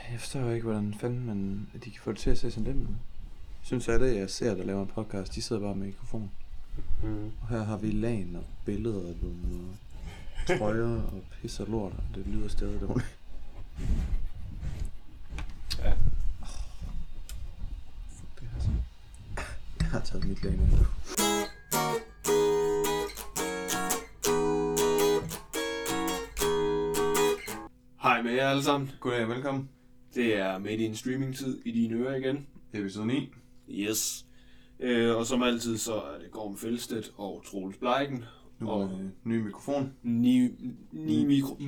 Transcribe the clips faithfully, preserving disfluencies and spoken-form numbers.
Jeg forstår jo ikke, hvordan fanden man, at de kan få det til at se sådan nemt ud. Jeg synes alle, jeg ser, der laver en podcast, de sidder bare med mikrofon. Mm. Og her har vi lagen og billeder og trøjer og pis og lort, og det lyder stadig dårligt. Ja. Oh, fuck det her så. Jeg har taget mit lag med nu. Hej med jer alle sammen. Goddag og velkommen. Det er midt i en streamingtid i dine ører igen. Episode ni. Yes. Øh, og som altid så er det Gorm Fjeldstedt og Troels Bleiken. Nu og er øh, ny mikrofon. Ny, ny, mikro...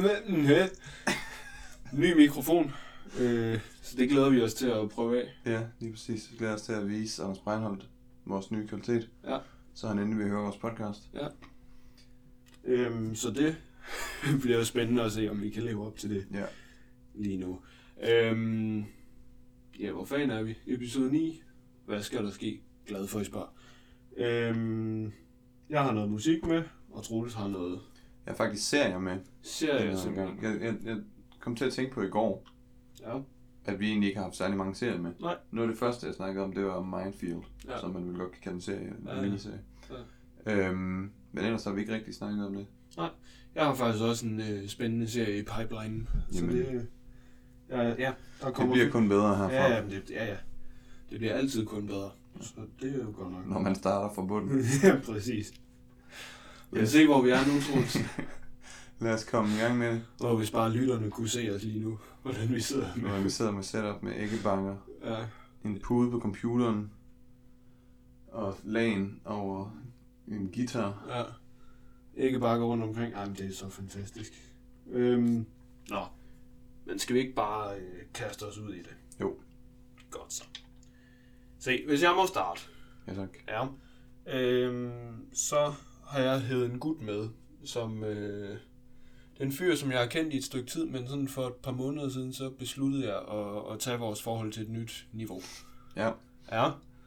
ny mikrofon. Øh, så det glæder vi os til at prøve af. Ja, lige præcis. Vi glæder os til at vise Anders Breinholt vores nye kvalitet. Ja. Så han endelig vil høre vores podcast. Ja. Øhm, så det bliver jo spændende at se, om vi kan leve op til det ja. lige nu. Øhm, ja, hvor fanden er vi? Episode ni. Hvad skal der ske? Glad for, at I spørger. Øhm, jeg har noget musik med, og Troels har noget... Jeg har faktisk serier med. Serier, simpelthen. Jeg, jeg, jeg kom til at tænke på i går, ja. at vi egentlig ikke har haft særlig mange serier med. Nej. Noget af det første, jeg snakkede om, det var Mindfield, ja. som man vel godt kan kalde en serie, ja, en miniserie. Ja. Øhm, men ellers har vi ikke rigtig snakket om det. Nej, jeg har faktisk også en øh, spændende serie i pipeline. Så det, ja, ja, der kommer det bliver kun bedre herfra. Ja, ja, det, ja, ja. Det bliver altid kun bedre. Så det er jo godt nok. Når man starter fra bunden. Ja, præcis. Lad os yes. se, hvor vi er nu, Troels. Lad os komme i gang med det. Og hvis bare lytterne kunne se os lige nu, hvordan vi sidder. Når vi sidder med setup med æggebanger. Ja. En pude på computeren. Og lagen over en guitar. Ja. Æggebakker rundt omkring. Ej, men det er så fantastisk. Øhm, nå. Men skal vi ikke bare øh, kaste os ud i det? Jo. Godt så. Se, hvis jeg må starte. Ja, tak. Ja. Øhm, så har jeg hævet en gut med, som... Øh, det er en fyr, som jeg har kendt i et stykke tid, men sådan for et par måneder siden, så besluttede jeg at, at tage vores forhold til et nyt niveau. Ja. Ja.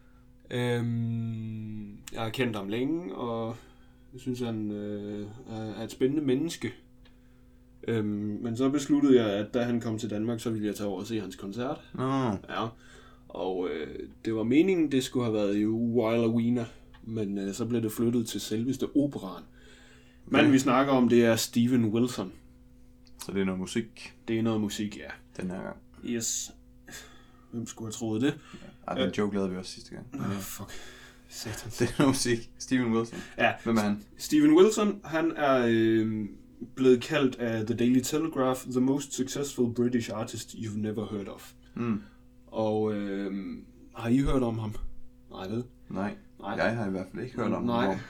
Øhm, jeg har kendt ham længe, og jeg synes, han øh, er et spændende menneske. Øhm, men så besluttede jeg, at da han kom til Danmark, så ville jeg tage over og se hans koncert. Nå. Ja. Og øh, det var meningen, det skulle have været i Royal Arena, men øh, så blev det flyttet til selveste operaen. Okay. Men vi snakker om, det er Steven Wilson. Så det er noget musik? Det er noget musik, ja. Den her gang? Yes. Hvem skulle have troet det? Ja, den øh. joke lavede vi også sidste gang. Åh, oh, fuck. Satans. Det er noget musik. Steven Wilson. Ja. Hvem er han? Steven Wilson, han er øh, blevet kaldt af The Daily Telegraph the most successful British artist you've never heard of. Mm. Og øh, har I hørt om ham? Nej, vel? Nej. Nej. Jeg har i hvert fald ikke hørt om Nej. ham.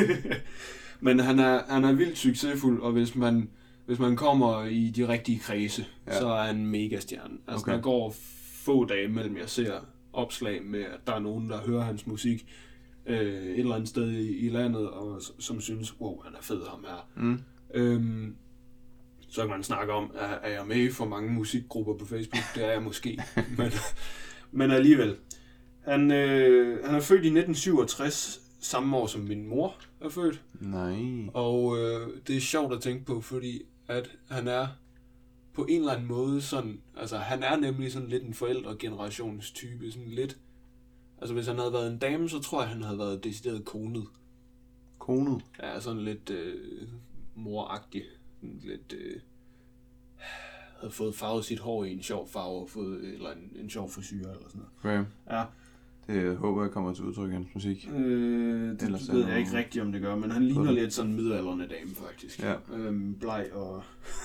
Men han er, han er vildt succesfuld, og hvis man, hvis man kommer i de rigtige kredse, ja. så er han mega stjerne. Altså, okay. Der går få dage mellem, jeg ser opslag med, at der er nogen, der hører hans musik øh, et eller andet sted i, i landet, og som synes, wow, han er fed, ham her. Mm. Øhm, så kan man snakke om, er, er jeg med i for mange musikgrupper på Facebook? Det er jeg måske. men, men alligevel. Han, øh, han er født i nitten syvogtres, samme år som min mor er født. Nej. Og øh, det er sjovt at tænke på, fordi at han er på en eller anden måde sådan, altså han er nemlig sådan lidt en forældregenerations type, sådan lidt, altså hvis han havde været en dame, så tror jeg, han havde været decideret konet. Konet? Ja, sådan lidt øh, moragtig, lidt, øh, havde fået farvet sit hår i en sjov farve, og fået eller en, en sjov frisyre eller sådan noget. Okay. Ja. Det håber jeg kommer til udtryk i hans musik. Øh, det Ellers ved jeg nogen... ikke rigtigt, om det gør, men han ligner lidt sådan en middelaldrende dame, faktisk. Ja. Øhm, bleg og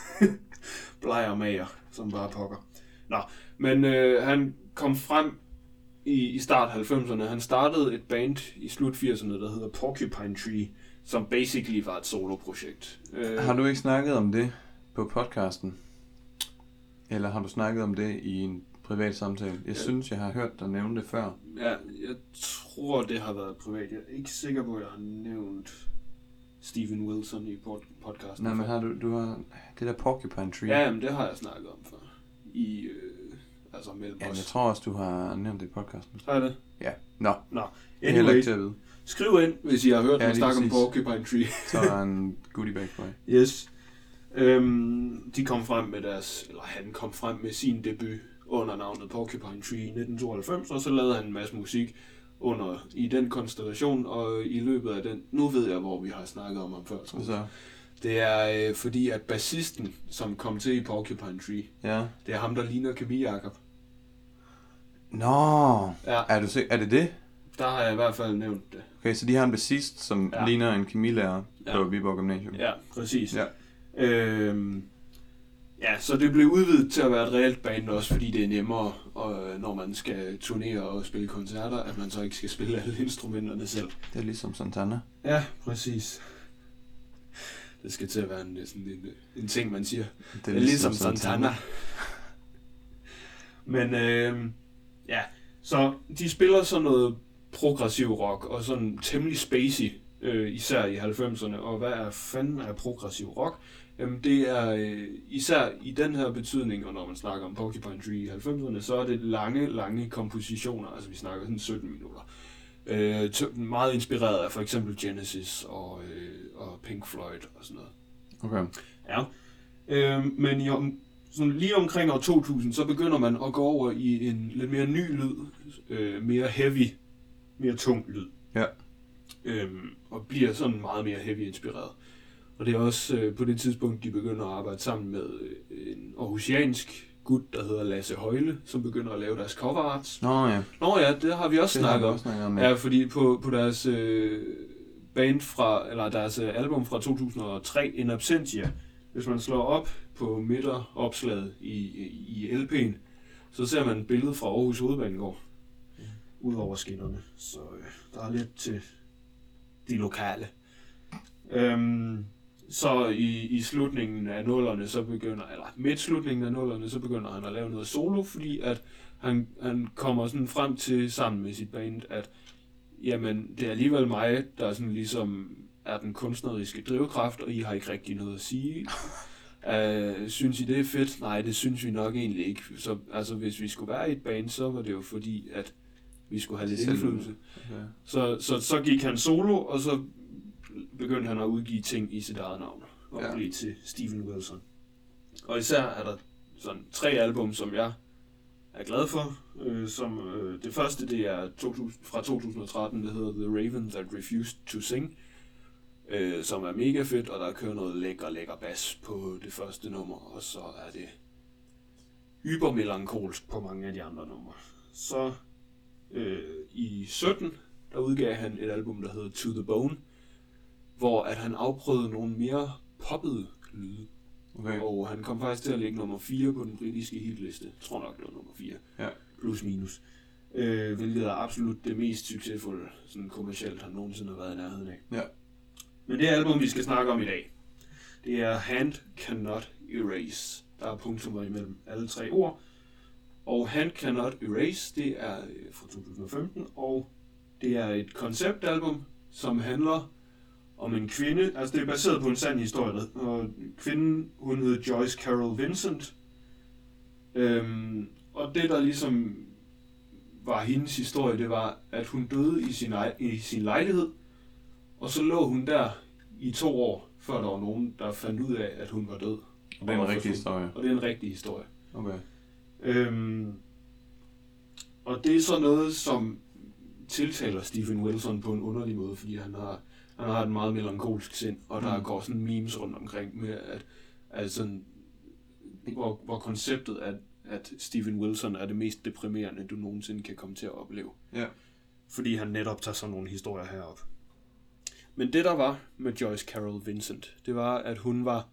bleg og mager, som bare pokker. Nå, men øh, han kom frem i, i start halvfemserne. Han startede et band i slut firserne, der hedder Porcupine Tree, som basically var et soloprojekt. Øh, har du ikke snakket om det på podcasten? Eller har du snakket om det i en privat samtale? Jeg ja. synes, jeg har hørt dig nævne det før. Ja, jeg tror, det har været privat. Jeg er ikke sikker på, at jeg har nævnt Steven Wilson i podcasten. Nej, men har du, du har det der Porcupine Tree? Ja, men det har jeg snakket om før. I, øh, altså mellem ja, os. jeg tror også, du har nævnt det i podcasten. Har jeg det? Ja. Nå. Nå. Anyway, ikke til at vide. Skriv ind, hvis I har hørt ja, mig snakke om Porcupine Tree. Så er en goodie bag for jer. Yes. Øhm, de kom frem med deres, eller han kom frem med sin debut under navnet Porcupine Tree i nitten tooghalvfems, og så lavede han en masse musik under i den konstellation, og i løbet af den, nu ved jeg, hvor vi har snakket om ham før, tror jeg. Det er øh, fordi, at bassisten, som kom til i Porcupine Tree, ja. det er ham, der ligner Camille Jacob. Nå, ja. er, du se, er det det? Der har jeg i hvert fald nævnt det. Okay, så de har en bassist, som ja. ligner en kemilærer ja. på Viborg Gymnasium. Ja, præcis. Ja. Øhm, ja, så det blev udvidet til at være et reelt band også, fordi det er nemmere, og, når man skal turnere og spille koncerter, at man så ikke skal spille alle instrumenterne selv. Det er ligesom Santana. Ja, præcis. Det skal til at være en, sådan en, en ting, man siger. Det er, det er ligesom Santana. Santana. Men øh, ja, så de spiller sådan noget progressiv rock, og sådan temmelig spacey, øh, især i halvfemserne. Og hvad er fanden er progressiv rock? Jamen det er øh, især i den her betydning, og når man snakker om Porcupine Tree i halvfemserne, så er det lange, lange kompositioner, altså vi snakker sådan sytten minutter. Øh, t- meget inspireret af for eksempel Genesis og, øh, og Pink Floyd og sådan noget. Okay. Ja. Øh, men i om, sådan lige omkring år to tusind, så begynder man at gå over i en lidt mere ny lyd, øh, mere heavy, mere tung lyd. Ja. Øh, og bliver sådan meget mere heavy inspireret. Og det er også øh, på det tidspunkt, de begynder at arbejde sammen med øh, en aarhusiansk gut, der hedder Lasse Højle, som begynder at lave deres cover arts. Nå ja. Nå ja, det har vi også det snakket vi om. Også snakket om ja. ja, fordi på, på deres øh, band fra, eller deres øh, album fra to tusind og tre, In Absentia, hvis man slår op på midteropslaget i, i, i L P'en, så ser man et billede fra Aarhus Hovedbanegård. Ja. Ud over skinnerne. Så øh, der er lidt til de lokale. Øhm, så i, i slutningen af nullerne, så begynder, eller midt slutningen af nullerne, så begynder han at lave noget solo, fordi at han, han kommer sådan frem til sammen med sit band, at jamen, det er alligevel mig, der sådan ligesom er den kunstneriske drivkraft, og I har ikke rigtig noget at sige. Uh, synes I det er fedt? Nej, det synes vi nok egentlig ikke. Så altså, hvis vi skulle være i et band, så var det jo fordi, at vi skulle have lidt indflydelse. Okay. Så, så, så gik han solo, og så begyndte han at udgive ting i sit eget navn, og ja. blive til Steven Wilson. Og især er der sådan tre album, som jeg er glad for. Øh, som, øh, det første, det er to tusind, fra to tusind og tretten, det hedder The Raven That Refused to Sing, øh, som er mega fedt, og der kører noget lækker, lækker bas på det første nummer, og så er det hypermelankolsk på mange af de andre numre. Så øh, i sytten, der udgav han et album, der hedder To The Bone, hvor at han afprøvede nogle mere poppede lyde. Okay. Og han kom faktisk til at ligge nummer fire på den britiske hitliste. Jeg tror nok, det var nummer fire. Ja. Plus minus. Øh, hvilket er absolut det mest succesfulde, sådan kommercielt, han nogensinde har været i nærheden af. Ja. Men det album, vi skal snakke om i dag, det er Hand Cannot Erase. Der er punktummer imellem alle tre ord. Og Hand Cannot Erase, det er fra to tusind og femten, og det er et konceptalbum, som handler om en kvinde, altså det er baseret på en sand historie, og kvinden, hun hed Joyce Carol Vincent, øhm, og det der ligesom var hendes historie, det var, at hun døde i sin, i sin lejlighed, og så lå hun der i to år, før der var nogen, der fandt ud af, at hun var død. Og det er en rigtig historie. Og det er en rigtig historie. Okay. Øhm, og det er så noget, som tiltaler Steven Wilson på en underlig måde, fordi han har Han har et meget melankolsk sind, og der mm. går sådan memes rundt omkring med, at, at sådan, hvor, hvor konceptet er, at Steven Wilson er det mest deprimerende, du nogensinde kan komme til at opleve. Ja. Fordi han netop tager sådan nogle historier herop. Men det der var med Joyce Carol Vincent, det var, at hun var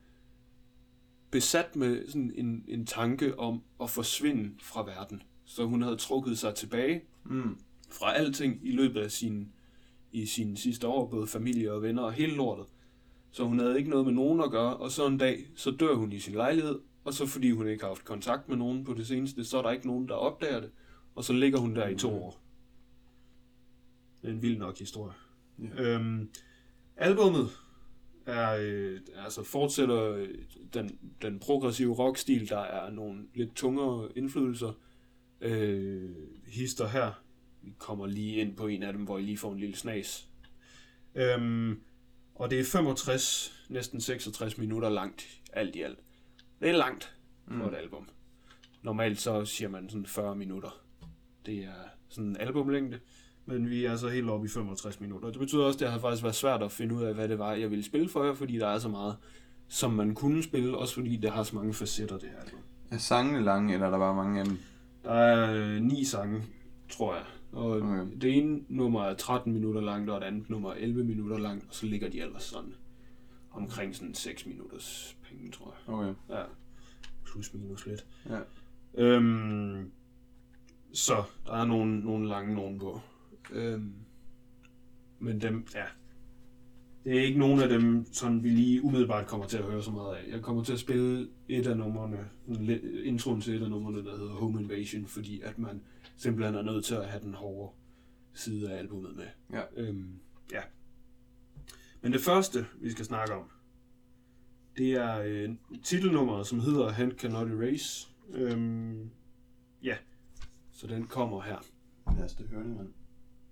besat med sådan en, en tanke om at forsvinde fra verden. Så hun havde trukket sig tilbage mm. fra alting i løbet af sin i sine sidste år, både familie og venner og hele lortet. Så hun havde ikke noget med nogen at gøre, og så en dag, så dør hun i sin lejlighed, og så fordi hun ikke har haft kontakt med nogen på det seneste, så er der ikke nogen, der opdager det, og så ligger hun der i to år. Det er en vild nok historie. Yeah. Øhm, albummet er, øh, altså fortsætter den, den progressive rockstil, der er nogle lidt tungere indflydelser. Øh, hister her. Vi kommer lige ind på en af dem, hvor I lige får en lille snas. Øhm, og det er femogtres, næsten seksogtres minutter langt, alt i alt. Det er langt for mm. et album. Normalt så siger man sådan fyrre minutter. Det er sådan en albumlængde. Men vi er så helt oppe i femogtres minutter. Det betyder også, at det har faktisk været svært at finde ud af, hvad det var, jeg ville spille for jer, fordi der er så meget, som man kunne spille, også fordi det har så mange facetter, det her album. Er sangene lange, eller er der bare mange af dem? Der er øh, ni sange, tror jeg. Og okay. Det ene nummer er tretten minutter langt, og det andet nummer er elleve minutter langt, og så ligger de ellers sådan omkring sådan seks minutters penge, tror jeg. Okay. Ja, plus minus lidt. Ja. Øhm, så der er nogle, nogle lange nogen på. Øhm, men dem, ja, det er ikke nogen af dem, som vi lige umiddelbart kommer til at høre så meget af. Jeg kommer til at spille et af numrene, introen til et af numrene, der hedder Home Invasion, fordi at man simpelthen er nødt til at have den hårde side af albumet med. Ja. Øhm, ja. Men det første, vi skal snakke om, det er øh, titelnummeret, som hedder Hand Cannot Erase. Øhm, ja, så den kommer her. Lad os det høre det, mand.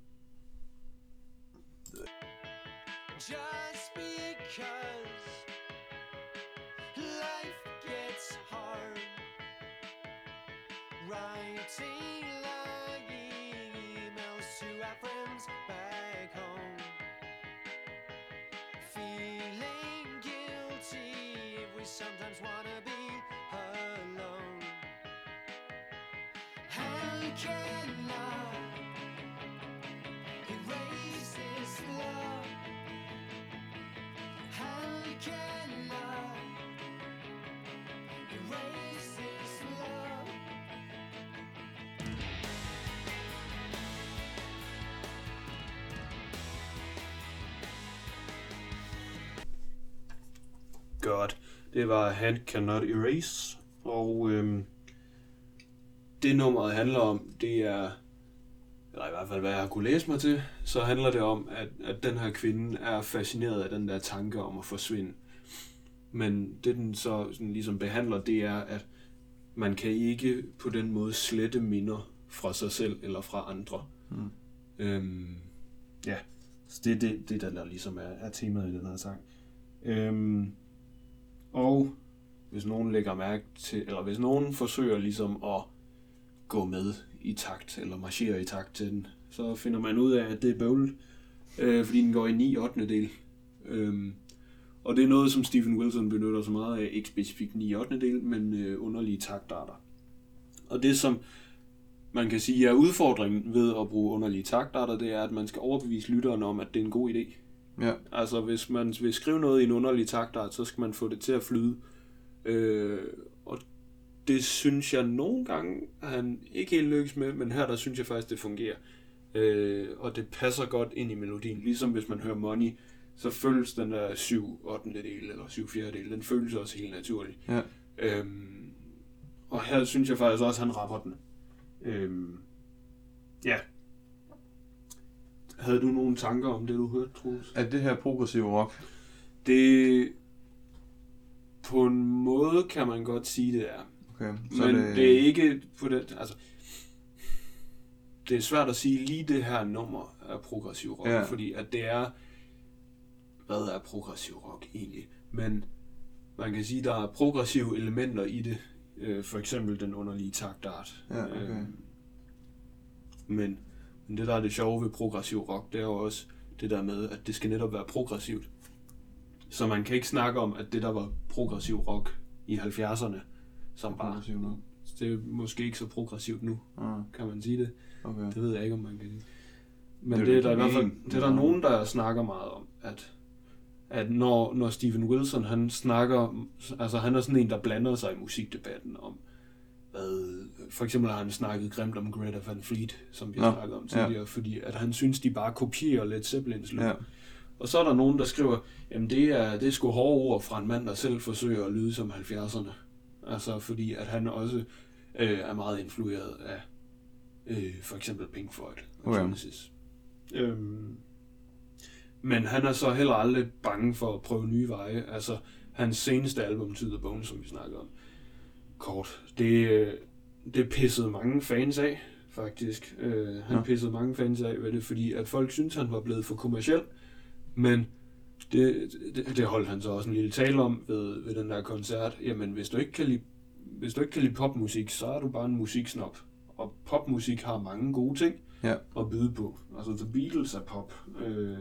Just because life gets hard, writing lying emails to our friends back home, feeling guilty if we sometimes wanna be alone. How can I erase this love? How can I erase this love? Godt. Det var Hand Cannot Erase, og øhm, det nummeret handler om, det er, eller i hvert fald hvad jeg har kunne læse mig til, så handler det om, at, at den her kvinde er fascineret af den der tanke om at forsvinde. Men det den så sådan ligesom behandler, det er, at man kan ikke på den måde slette minder fra sig selv eller fra andre. Mm. Øhm, ja, så det er det, det, der ligesom er, er temaet i den her sang. Øhm, og hvis nogen lægger mærke til, eller hvis nogen forsøger ligesom at gå med i takt, eller marchere i takt til den, så finder man ud af, at det er bøvlet, øh, fordi den går i ni ottende del. Øhm, og det er noget, som Steven Wilson benytter så meget af, ikke specifikt ni ottende del, men øh, underlige taktarter. Og det, som man kan sige er udfordringen ved at bruge underlige taktarter, det er, at man skal overbevise lytteren om, at det er en god idé. Ja. Altså, hvis man vil skrive noget i en underlig taktart, så skal man få det til at flyde. Øh, og det synes jeg nogle gange, han ikke helt lykkes med, men her der synes jeg faktisk, det fungerer. Øh, og det passer godt ind i melodien. Ligesom hvis man hører Money, så føles den der syv ottende del eller syv fjerde del, den føles også helt naturligt. Ja. Øhm, og her synes jeg faktisk også, at han rammer den. Øhm, ja. Havde du nogle tanker om det, du hørte, Troels? Er det her progressiv rock? Det... På en måde kan man godt sige, det er. Okay, så men det... det er ikke på det... Altså, det er svært at sige, lige det her nummer er progressiv rock, ja. Fordi at det er... Hvad er progressiv rock egentlig? Men man kan sige, der er progressive elementer i det. Øh, for eksempel den underlige taktart. Ja, okay. øh, men, men det, der er det sjove ved progressiv rock, det er jo også det der med, at det skal netop være progressivt. Så man kan ikke snakke om, at det der var progressiv rock i halvfjerdserne, som bare... Det er måske ikke så progressivt nu, ah. kan man sige det. Okay. Det ved jeg ikke, om man kan sige. Men det, det er der i hvert fald, det er der nogen, der snakker meget om, at at når, når Steven Wilson, han snakker, altså han er sådan en, der blander sig i musikdebatten om, hvad, for eksempel har han snakket grimt om Greta Van Fleet, som vi har snakket om tidligere, ja. Fordi at han synes, de bare kopierer Led Zeppelins look. Ja. Og så er der nogen, der skriver, jamen det er, det er sgu hårde ord fra en mand, der selv forsøger at lyde som halvfjerdserne. Altså fordi, at han også øh, er meget influeret af øh, for eksempel Pink Floyd og okay. Genesis. Øhm, Men han er så heller aldrig bange for at prøve nye veje. Altså, hans seneste album, To The Bone, som vi snakkede om, kort, det, det pissede mange fans af, faktisk. Uh, han ja. pissede mange fans af ved det, fordi at folk syntes, han var blevet for kommerciel. Men det, det, det holdt han så også en lille tale om ved, ved den der koncert. Jamen, hvis du ikke kan lide, hvis du ikke kan lide popmusik, så er du bare en musiksnop. Og popmusik har mange gode ting Ja. at byde på. Altså, The Beatles er pop. Øh,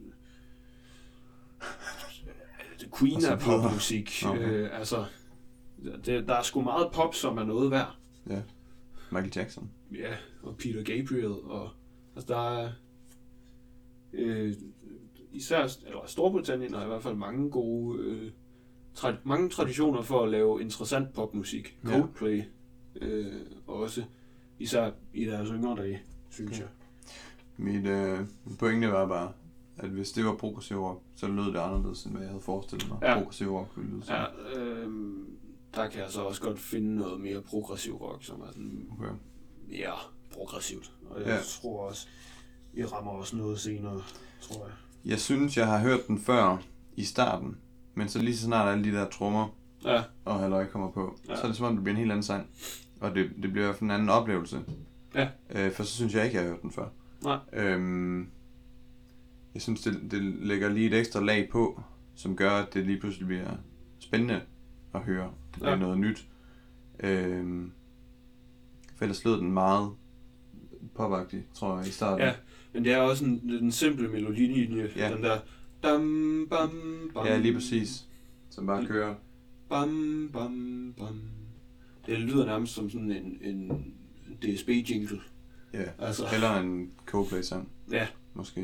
The Queen Og så er videre. popmusik. Okay. Øh, altså, det, der er sgu meget pop, som er noget værd. Ja. Michael Jackson. Ja, og Peter Gabriel. Og, altså, der er... Øh, især eller Storbritannien har i hvert fald mange gode... Øh, tra- mange traditioner for at lave interessant popmusik. Ja. Coldplay øh, også. Især i deres yngre dage, synes Okay. jeg. Mit øh, pointe var bare, at hvis det var progressiv rock, så lød det anderledes, end hvad jeg havde forestillet mig. Ja. Progressiv rock ville lyde Ja, sådan. øh, der kan jeg så også godt finde noget mere progressiv rock, som er sådan Okay. mere progressivt. Og jeg Ja. tror også, I rammer også noget senere, tror jeg. Jeg synes, jeg har hørt den før i starten, men så lige så snart alle de der trommer Ja, og halløj kommer på, Ja. så er det som om, det bliver en helt anden sang. Og det, det bliver i hvert fald en anden oplevelse. Ja. Øh, for så synes jeg ikke, jeg har hørt den før. Nej. Øhm, jeg synes, det, det lægger lige et ekstra lag på, som gør, at det lige pludselig bliver spændende at høre. Det bliver Ja. noget nyt. Øhm, for ellers lød den meget popagtig, tror jeg, i starten. ja, men det er også en, den simple melodilinje, Ja. den der dam, bam, bam, Ja, lige præcis. Som bare kører. bam, bam, bam. Det lyder nærmest som sådan en, en D S B-jingle. Ja, Altså. eller en Coldplay-sang, Ja, måske.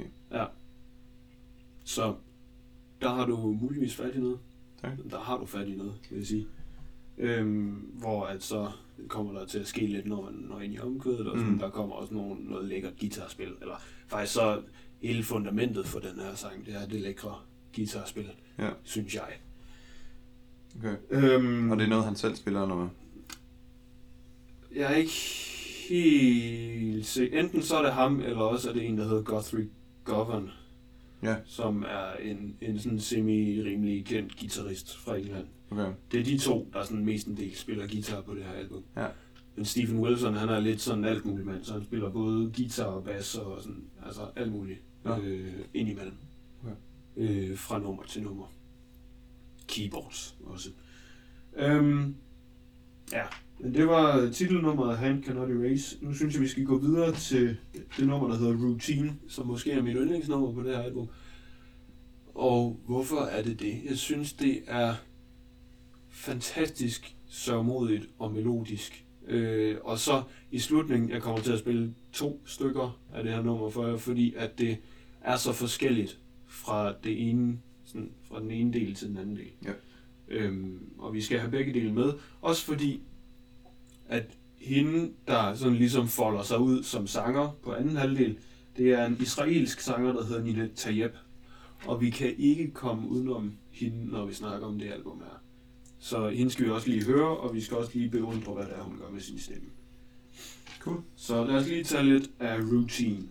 så der har du muligvis fat i noget. Tak. Der har du fat i noget, vil jeg sige. Øhm, hvor at så kommer der til at ske lidt, når man når ind i omkødet, og sådan, Mm. der kommer også nogle, noget lækkert guitarspil. Eller faktisk så hele fundamentet for den her sang, det er det lækre guitarspil, Ja. synes jeg. Okay. Øhm, Og det er noget, han selv spiller noget med. Jeg er ikke helt sikker. Enten så er det ham, eller også er det en, der hedder Guthrie Govan, Ja. som er en, en sådan semi-rimelig kendt guitarist fra England. Okay. Det er de to, der sådan mestendels spiller guitar på det her album. Ja. Men Stephen Wilson, han er lidt sådan alt muligt mand, så han spiller både guitar og bass og sådan, altså alt muligt Ja. øh, indimellem. Okay. Øh, fra nummer til nummer. Keyboards også. Øhm, ja, men det var titelnummeret Hand Cannot Erase. Nu synes jeg, vi skal gå videre til det nummer, der hedder Routine, som måske er mit yndlingsnummer på det her album. Og hvorfor er det det? Jeg synes, det er fantastisk sørgmodigt og melodisk. Øh, og så i slutningen, jeg kommer til at spille to stykker af det her nummer for jer, fordi at det er så forskelligt fra det ene, sådan, fra den ene del til den anden del. Ja. Øhm, og vi skal have begge dele med. Også fordi, at hende, der sådan ligesom folder sig ud som sanger på anden halvdel, det er en israelsk sanger, der hedder Ninette Tayeb. Og vi kan ikke komme udenom hende, når vi snakker om det album her. Så hende skal vi også lige høre, og vi skal også lige beundre, hvad det er, hun gør med sin stemme. Cool. Så lad os lige tage lidt af Routine.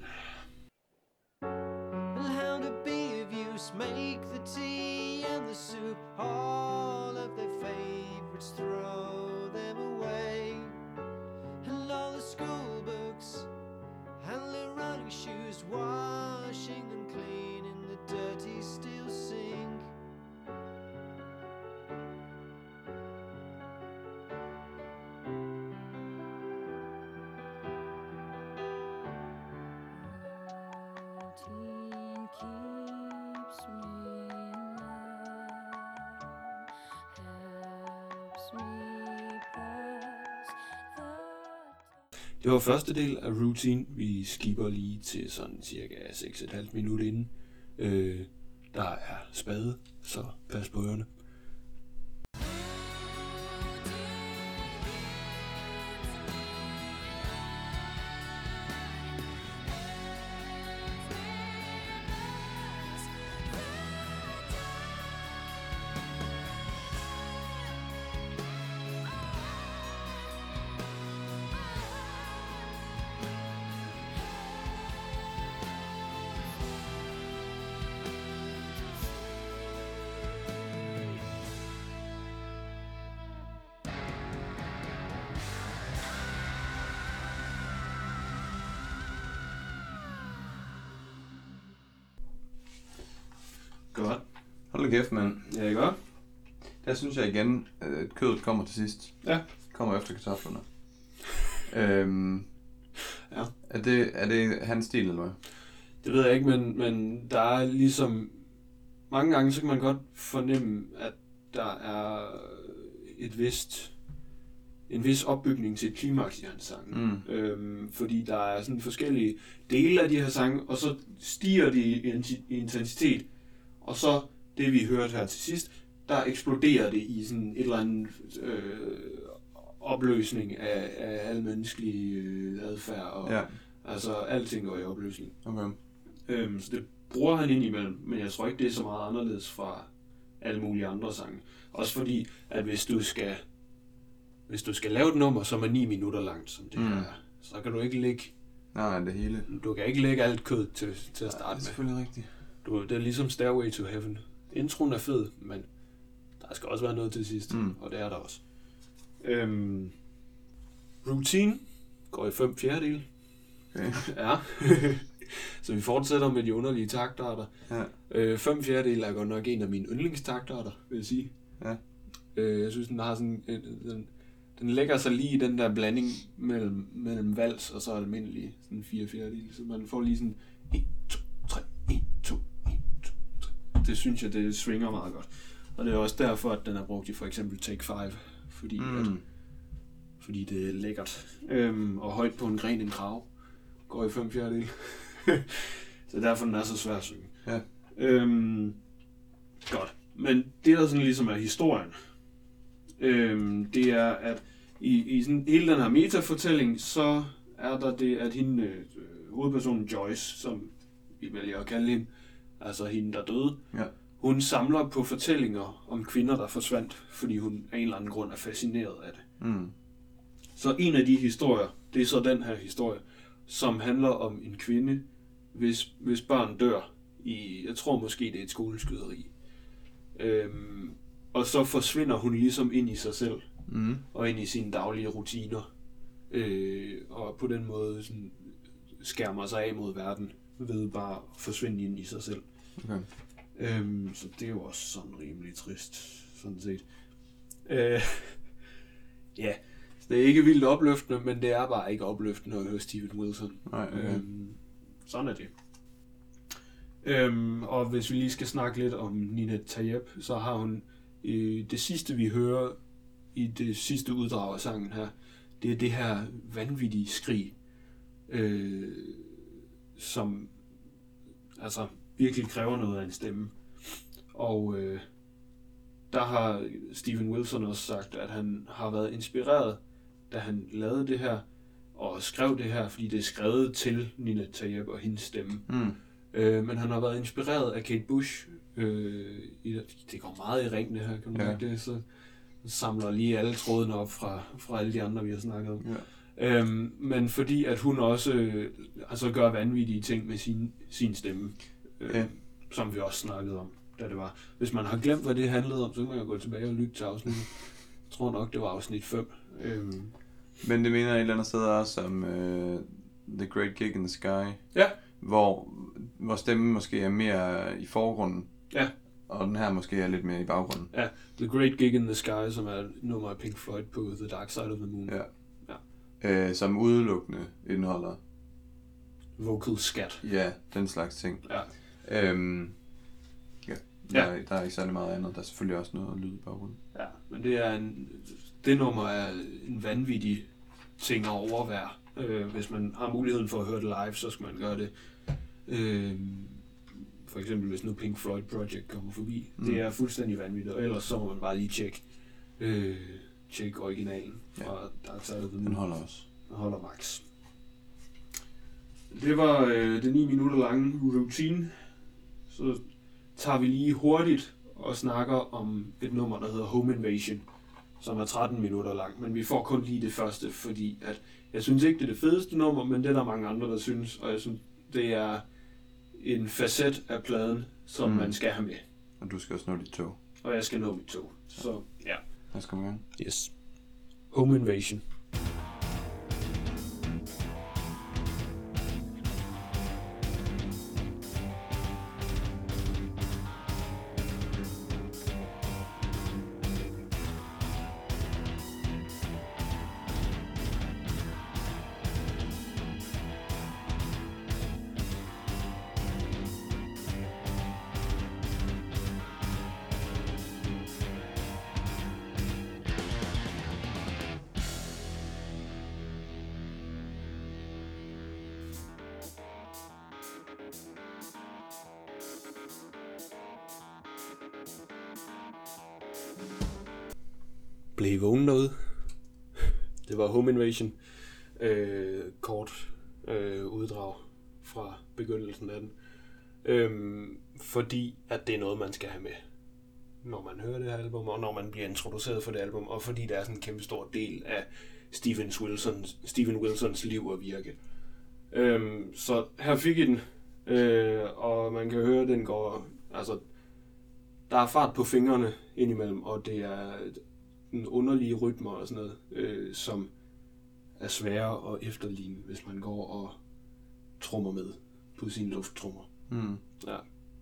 Well, how to be of use, make the tea and the soup, all of their favorites, throw them away. And all the school books and the running shoes, washing them clean in the dirty steel sink. Routine keeps me in line, helps me pass the Det var første del af Routine. Vi skipper lige til sådan cirka seks komma fem minutter inden. Øh, der er spade, så pas på ørerne. kæft, mand. Ja, ikke også? Der synes jeg igen, at kødet kommer til sidst. Ja. Kommer efter kartoflerne. øhm, ja. Er det, er det hans stil, eller hvad? Det ved jeg ikke, men, men der er ligesom... Mange gange, så kan man godt fornemme, at der er et vist... en vis opbygning til et klimaks i hans sange. Mm. Øhm, fordi der er sådan forskellige dele af de her sange, og så stiger de i intensitet, og så det vi hørte her til sidst, der eksploderer det i sådan et eller andet øh, opløsning af, af al menneskelig øh, adfærd, og Ja. altså alting går i opløsning. Okay. Øhm, så det bruger han ind imellem, men jeg tror ikke, det er så meget anderledes fra alle mulige andre sange. Også fordi, at hvis du skal Hvis du skal lave et nummer, som er ni minutter langt, som det Mm. her, så kan du ikke lægge, Nej, det hele. du kan ikke lægge alt kød til, til at Det starte er med. selvfølgelig rigtigt. Du, det er ligesom Stairway to Heaven. Introen er fed, men der skal også være noget til sidst, Mm. og det er der også. Øhm, Routine går i fem fjerdedele. Okay. Ja. Så vi fortsætter med de underlige taktarter. Ja. Øh, fem fjerdedele er godt nok en af mine yndlingstaktarter, vil jeg sige. Ja. Øh, jeg synes, den har sådan en, den, den lægger sig lige i den der blanding mellem, mellem vals og så almindelig sådan fire fjerdedele. Så man får lige sådan en, to, tre, en, to, en, to, tre. Det synes jeg, det svinger meget godt. Og det er også derfor, at den er brugt i for eksempel Take five. Fordi, Mm. at, fordi det er lækkert. Øhm, og højt på en gren en krav. Går i fem fjerdedele. Så derfor den er så svær at synge. Ja. Øhm, godt. Men det der sådan ligesom er historien, øhm, det er at i, i sådan hele den her metafortælling, så er der det, at hende, øh, hovedpersonen Joyce, som vi vælger at kalde hende, altså hende der døde, Ja. hun samler på fortællinger om kvinder, der forsvandt, fordi hun af en eller anden grund er fascineret af det. Mm. Så en af de historier, det er så den her historie, som handler om en kvinde, hvis, hvis børn dør i, jeg tror måske det er et skoleskyderi. Øhm, og så forsvinder hun ligesom ind i sig selv, Mm. og ind i sine daglige rutiner. Øh, og på den måde sådan, skærmer sig af mod verden, ved bare at forsvinde ind i sig selv. Okay. Øhm, så det er jo også sådan rimelig trist, sådan set. Øh, ja, det er ikke vildt opløftende, men det er bare ikke opløftende at høre Steven Wilson. Nej, okay. Øhm, sådan er det. Øhm, og hvis vi lige skal snakke lidt om Nina Tayeb, så har hun øh, det sidste, vi hører i det sidste uddrag af sangen her, det er det her vanvittige skrig, øh, som altså virkelig kræver noget af en stemme. Og øh, der har Steven Wilson også sagt, at han har været inspireret, da han lavede det her, og skrev det her, fordi det er skrevet til Nina Tayeb og hendes stemme. Mm. Øh, men han har været inspireret af Kate Bush. Øh, i, det går meget i ring, det her, kan du Ja. mærke det? Så samler lige alle trådene op fra, fra alle de andre, vi har snakket om. Ja. Øhm, men fordi at hun også øh, altså gør vanvittige ting med sin, sin stemme, øh, Ja. som vi også snakkede om, da det var. Hvis man har glemt, hvad det handlede om, så kan man jo gå tilbage og lytte til afsnittet. Jeg tror nok, det var afsnit fem. Øhm, Men det mener et eller andet sted også om uh, The Great Gig in the Sky, ja, hvor, hvor stemmen måske er mere i forgrunden, ja, og den her måske er lidt mere i baggrunden. ja. The Great Gig in the Sky, som er et nummer af Pink Floyd på The Dark Side of the Moon. Ja. Ja. Uh, som udelukkende indeholder, Vocal scat. ja, den slags ting. Ja. Um, ja, der, Ja. Er, der er ikke særlig meget andet. Der er selvfølgelig også noget lyd i baggrunden. Ja, men det er en, det nummer er en vanvittig ting at overvære. Øh, hvis man har muligheden for at høre det live, så skal man gøre det. Øh, for eksempel hvis nu Pink Floyd Project kommer forbi. Mm. Mm. Det er fuldstændig vanvittigt, og ellers så må man bare lige tjekke øh, tjek originalen fra ja. Dark Side of the Moon. Den holder også. Den holder max. Det var øh, det ni minutter lange routine. Så tager vi lige hurtigt og snakker om et nummer, der hedder Home Invasion, som er tretten minutter lang, men vi får kun lige det første, fordi at jeg synes ikke, det er det fedeste nummer, men det er der mange andre, der synes, og jeg synes, det er en facet af pladen, som Mm. mm. man skal have med, Og du skal også nå dit tog. og jeg skal nå mit tog. Så ja. Lad os komme i gang. Yes. Home Invasion. Blev I vågen derude? Det var Home Invasion. Øh, kort øh, uddrag fra begyndelsen af den. Øhm, fordi at det er noget, man skal have med, når man hører det her album, og når man bliver introduceret for det album, og fordi det er sådan en kæmpe stor del af Steven Wilsons, Steven Wilsons liv og virke. Øhm, så her fik I den, øh, og man kan høre, at den går, altså, der er fart på fingrene indimellem, og det er en underlige rytmer og sådan noget, øh, som er svære at efterligne, hvis man går og trommer med på sine lufttrommer. Mm. Ja.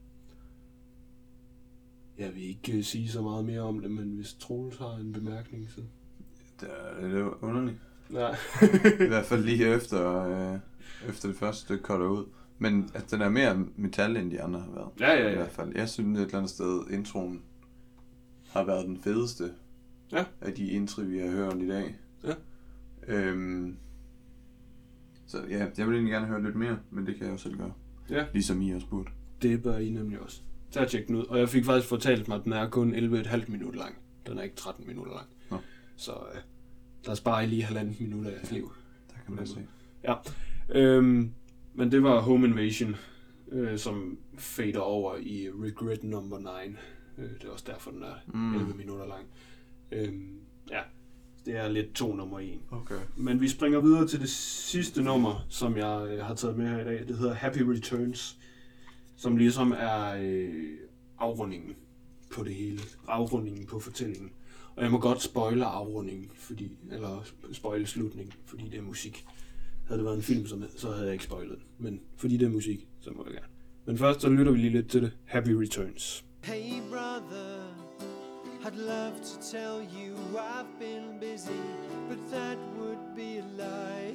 Jeg vil ikke uh, sige så meget mere om det, men hvis Troels har en bemærkning, så... Det er lidt underligt. Ja. I hvert fald lige efter, øh, efter det første stykke cutter ud. Men at den er mere metal, end de andre har været. Ja, ja, ja. I hvert fald. Jeg synes et eller andet sted, introen har været den fedeste ja. af de intro, vi har hørt i dag. Ja. Øhm, så ja, jeg vil egentlig gerne høre lidt mere, men det kan jeg jo selv gøre. Ja. Ligesom I også burde. Det bør I nemlig også. Tag og tjek den ud. Og jeg fik faktisk fortalt mig, at den er kun elleve komma fem minutter lang. Den er ikke tretten minutter lang. Nå. Så øh, der sparer I lige halvandet minut af jeres ja, liv. Der kan man se. Ja. Øhm, men det var Home Invasion, øh, som fader over i Regret number nine. Øh, det er også derfor, den er Mm. elleve minutter lang. Øhm, ja, det er lidt to nummer en. Okay. Men vi springer videre til det sidste nummer, som jeg øh, har taget med her i dag. Det hedder Happy Returns, som ligesom er øh, afrundingen på det hele. Afrundingen på fortællingen. Og jeg må godt spoile afrundingen, fordi, eller spoile slutningen, fordi det er musik. Havde det været en film, så havde jeg ikke spoilet den. Men fordi det er musik, så må jeg gerne. Men først så lytter vi lige lidt til det. Happy Returns. Hey brother, I'd love to tell you I've been busy, but that would be a lie.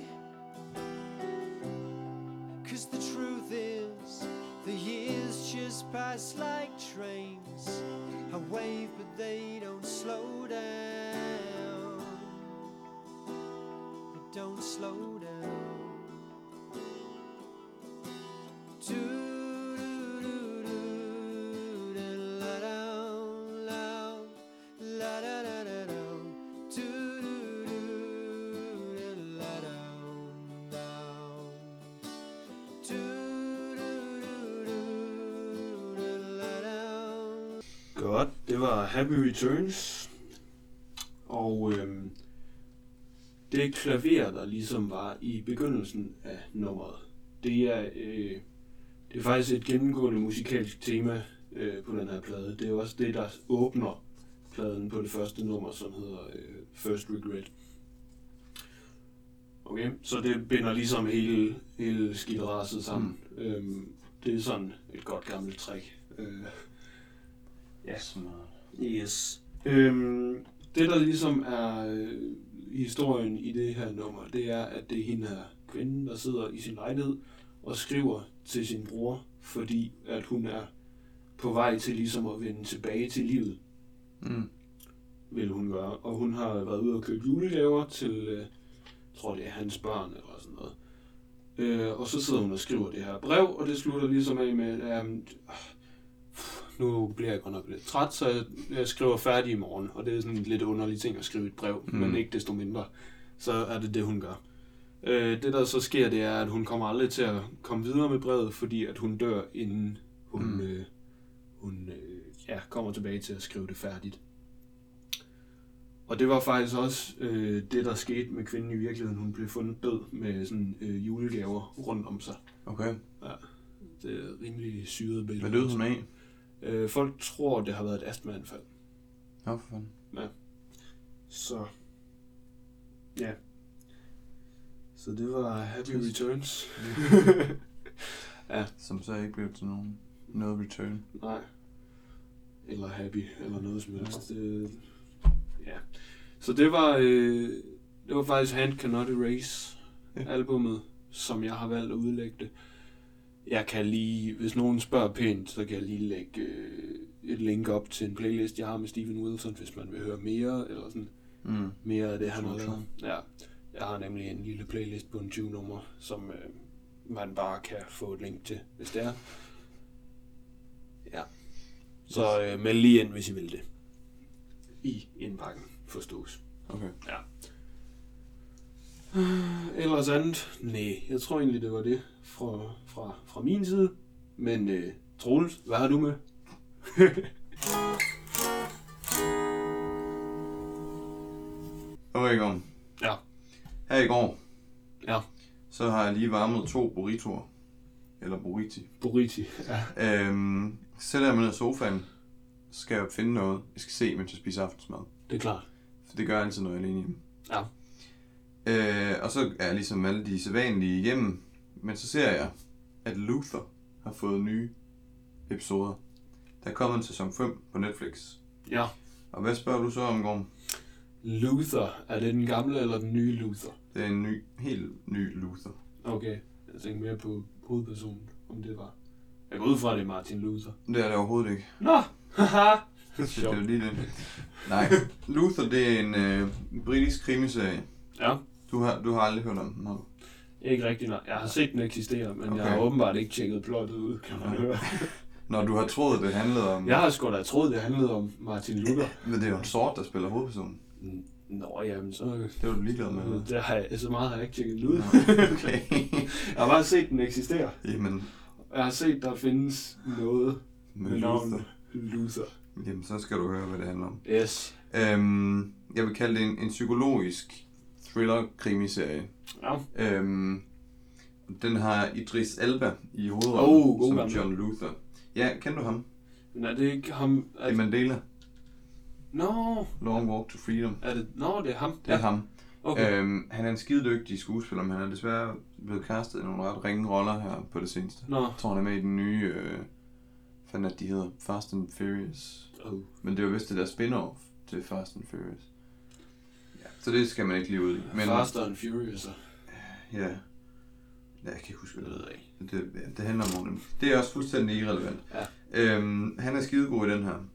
'Cause the truth is, the years just pass like trains. I wave but they don't slow down. They don't slow down. Do Godt, det var Happy Returns, og øhm, det klaver, der ligesom var i begyndelsen af nummeret, det er, øh, det er faktisk et gennemgående musikalsk tema øh, på den her plade. Det er også det, der åbner pladen på det første nummer, som hedder øh, First Regret. Okay, så det binder ligesom hele, hele skidræsset sammen. Mm. Øhm, det er sådan et godt gammelt trick. Øh, Ja, smart. Yes. Øhm, det der ligesom er øh, historien i det her nummer, det er, at det er hende her kvinde, der sidder i sin lejlighed og skriver til sin bror, fordi at hun er på vej til ligesom at vende tilbage til livet, Mm. vil hun gøre. Og hun har været ude og købe julegaver til, øh, jeg tror det er hans børn eller sådan noget. Øh, og så sidder hun og skriver det her brev, og det slutter ligesom af med, at øh, nu bliver jeg godt nok lidt træt, så jeg, jeg skriver færdig i morgen, og det er sådan en lidt underlig ting at skrive et brev, mm. men ikke desto mindre, så er det det, hun gør. Øh, det, der så sker, det er, at hun kommer aldrig til at komme videre med brevet, fordi at hun dør, inden hun, mm. øh, hun øh, ja, kommer tilbage til at skrive det færdigt. Og det var faktisk også øh, det, der skete med kvinden i virkeligheden. Hun blev fundet død med sådan øh, julegaver rundt om sig. Okay. Ja, det er rimelig syret billede. Hvad døde hun af? Øh, folk tror, det har været et astmaanfald. Ja, for fanden. Ja. Så. Ja. Så det var Happy Returns. Ja. Som så ikke blev til nogen noget return. Nej. Eller happy, eller noget som helst. Øh, ja. Så det var, øh, det var faktisk Hand Cannot Erase ja. albumet, som jeg har valgt at udlægge det. Jeg kan lige, hvis nogen spørger pænt, så kan jeg lige lægge øh, et link op til en playlist, jeg har med Steven Wilson, hvis man vil høre mere, eller sådan Mm. mere af det, han har lavet. Ja, jeg har nemlig en lille playlist på en tyve nummer, som øh, man bare kan få et link til, hvis det er. Ja. Så øh, meld lige ind, hvis I vil det. I indpakken. forstås. Okay. Ja. Ellers andet? Nej, jeg tror egentlig, det var det fra, fra, fra min side. Men øh, Troels, hvad har du med? Okay, Gorm. Ja. Her i går, Ja. så har jeg lige varmet to burritoer. Eller burriti. Burriti, ja. Øhm, så sætter jeg mig ned i sofaen. Så skal jeg finde noget, jeg skal se, mens jeg spiser aftensmad. Det er klart. For det gør jeg altid, når jeg er alene hjemme. Ja. Øh, og så er jeg ligesom alle de sædvanlige igennem. Men så ser jeg, at Luther har fået nye episoder. Der er kommet en sæson fem på Netflix. Ja. Og hvad spørger du så om, Gorm? Luther, er det den gamle eller den nye Luther? Det er en ny, helt ny Luther. Okay, jeg tænker mere på hovedpersonen, om det var. Jeg går ud fra, det er Martin Luther. Det er det overhovedet ikke. Nå, haha. Det er jo lige det. Nej, Luther, det er en øh, britisk krimiserie. Ja, Du har, du har aldrig hørt om den, har du? ikke rigtigt nok. Jeg har set den eksistere, men okay. Jeg har åbenbart ikke tjekket plottet ud, kan man høre. Når du har troet, det handlede om... Jeg har sgu da troet, det handlede om Martin Luther. Men det er jo en sort, der spiller hovedpersonen. Nå, jamen så... Det var du ligeglad med. Det har jeg, så meget har jeg ikke tjekket den ud. Okay. Jeg har bare set, den eksistere. Jamen, Jeg har set, der findes noget med med navn Luther. Luther. Jamen, så skal du høre, hvad det handler om. Yes. Øhm, jeg vil kalde det en, en psykologisk thriller-krimiserie. Ja. Øhm, den har Idris Elba i hovedrollen Oh, god som gammel. John Luther. Ja, kender du ham? Men er det ikke ham... Det Er... er Mandela. Nå, Long Walk to Freedom. er det... Nå, det er ham. Det er ham. Okay. Øhm, han er en skidedygtig skuespiller, men han er desværre blevet castet i nogle ret ringe roller her på det seneste. Nå. Jeg tror, han er med i den nye... Øh, fanden er de hedder? Fast and Furious. Oh. Men det er jo vist det der spin-off til Fast and Furious. Ja, så det skal man ikke lige ud i. Men, Faster and Furious. ja. Ja, jeg kan ikke huske, hvad det Det ved jeg ikke. hedder. Det, ja, det handler om dem. Det er også fuldstændig irrelevant. Ja. Øhm, han er skidegod i den her.